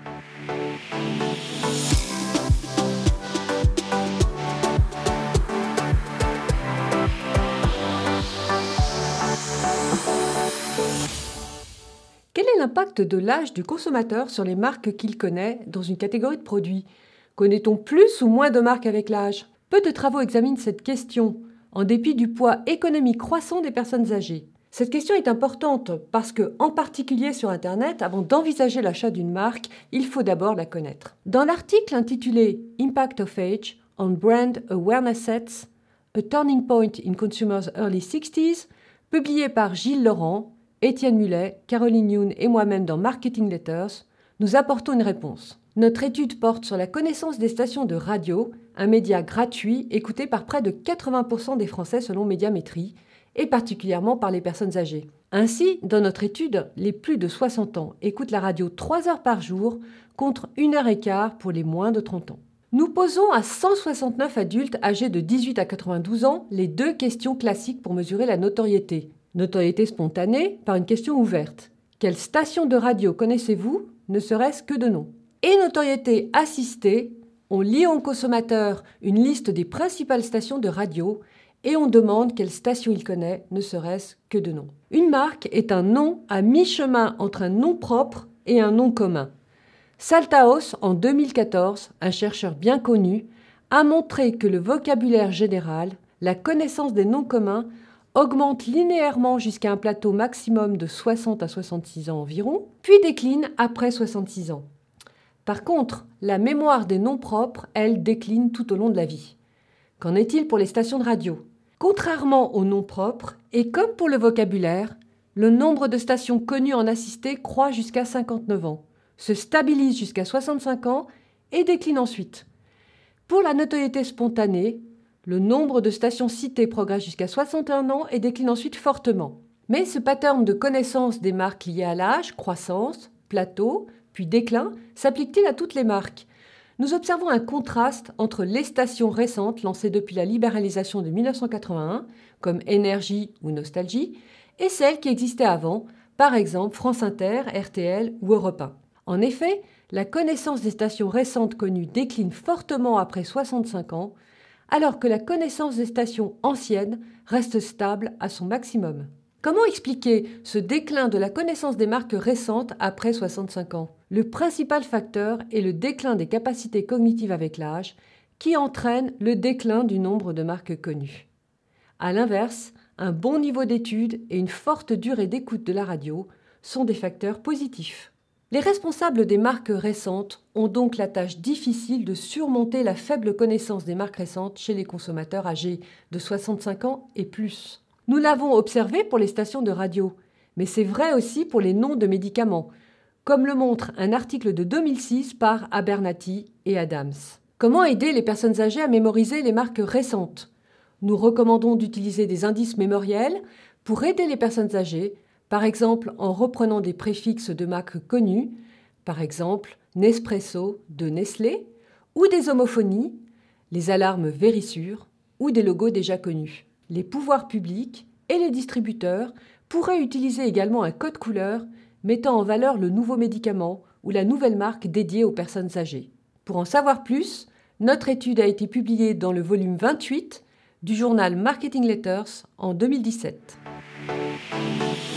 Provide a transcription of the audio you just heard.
Quel est l'impact de l'âge du consommateur sur les marques qu'il connaît dans une catégorie de produits ? Connaît-on plus ou moins de marques avec l'âge ? Peu de travaux examinent cette question, en dépit du poids économique croissant des personnes âgées. Cette question est importante parce que, en particulier sur Internet, avant d'envisager l'achat d'une marque, il faut d'abord la connaître. Dans l'article intitulé Impact of Age on Brand Awareness Sets, A Turning Point in Consumers' Early 60s, publié par Gilles Laurent, Étienne Mullet, Caroline Youn et moi-même dans Marketing Letters, nous apportons une réponse. Notre étude porte sur la connaissance des stations de radio, un média gratuit écouté par près de 80% des Français selon Médiamétrie, et particulièrement par les personnes âgées. Ainsi, dans notre étude, les plus de 60 ans écoutent la radio 3 heures par jour contre 1 heure et quart pour les moins de 30 ans. Nous posons à 169 adultes âgés de 18 à 92 ans les deux questions classiques pour mesurer la notoriété. Notoriété spontanée par une question ouverte. Quelle station de radio connaissez-vous, ne serait-ce que de nom ? Et notoriété assistée, on lit au consommateur une liste des principales stations de radio et on demande quelle station il connaît, ne serait-ce que de nom. Une marque est un nom à mi-chemin entre un nom propre et un nom commun. Saltaos, en 2014, un chercheur bien connu, a montré que le vocabulaire général, la connaissance des noms communs, augmente linéairement jusqu'à un plateau maximum de 60 à 66 ans environ, puis décline après 66 ans. Par contre, la mémoire des noms propres, elle, décline tout au long de la vie. Qu'en est-il pour les stations de radio ? Contrairement aux noms propres, et comme pour le vocabulaire, le nombre de stations connues en assisté croît jusqu'à 59 ans, se stabilise jusqu'à 65 ans et décline ensuite. Pour la notoriété spontanée, le nombre de stations citées progresse jusqu'à 61 ans et décline ensuite fortement. Mais ce pattern de connaissance des marques liées à l'âge, croissance, plateau, puis déclin, s'applique-t-il à toutes les marques ? Nous observons un contraste entre les stations récentes lancées depuis la libéralisation de 1981, comme Énergie ou Nostalgie, et celles qui existaient avant, par exemple France Inter, RTL ou Europe 1. En effet, la connaissance des stations récentes connues décline fortement après 65 ans, alors que la connaissance des stations anciennes reste stable à son maximum. Comment expliquer ce déclin de la connaissance des marques récentes après 65 ans ? Le principal facteur est le déclin des capacités cognitives avec l'âge, qui entraîne le déclin du nombre de marques connues. A l'inverse, un bon niveau d'études et une forte durée d'écoute de la radio sont des facteurs positifs. Les responsables des marques récentes ont donc la tâche difficile de surmonter la faible connaissance des marques récentes chez les consommateurs âgés de 65 ans et plus. Nous l'avons observé pour les stations de radio, mais c'est vrai aussi pour les noms de médicaments, comme le montre un article de 2006 par Abernathy et Adams. Comment aider les personnes âgées à mémoriser les marques récentes ? Nous recommandons d'utiliser des indices mémoriels pour aider les personnes âgées, par exemple en reprenant des préfixes de marques connues, par exemple Nespresso de Nestlé, ou des homophonies, les alarmes Vérissure, ou des logos déjà connus. Les pouvoirs publics et les distributeurs pourraient utiliser également un code couleur mettant en valeur le nouveau médicament ou la nouvelle marque dédiée aux personnes âgées. Pour en savoir plus, notre étude a été publiée dans le volume 28 du journal Marketing Letters en 2017.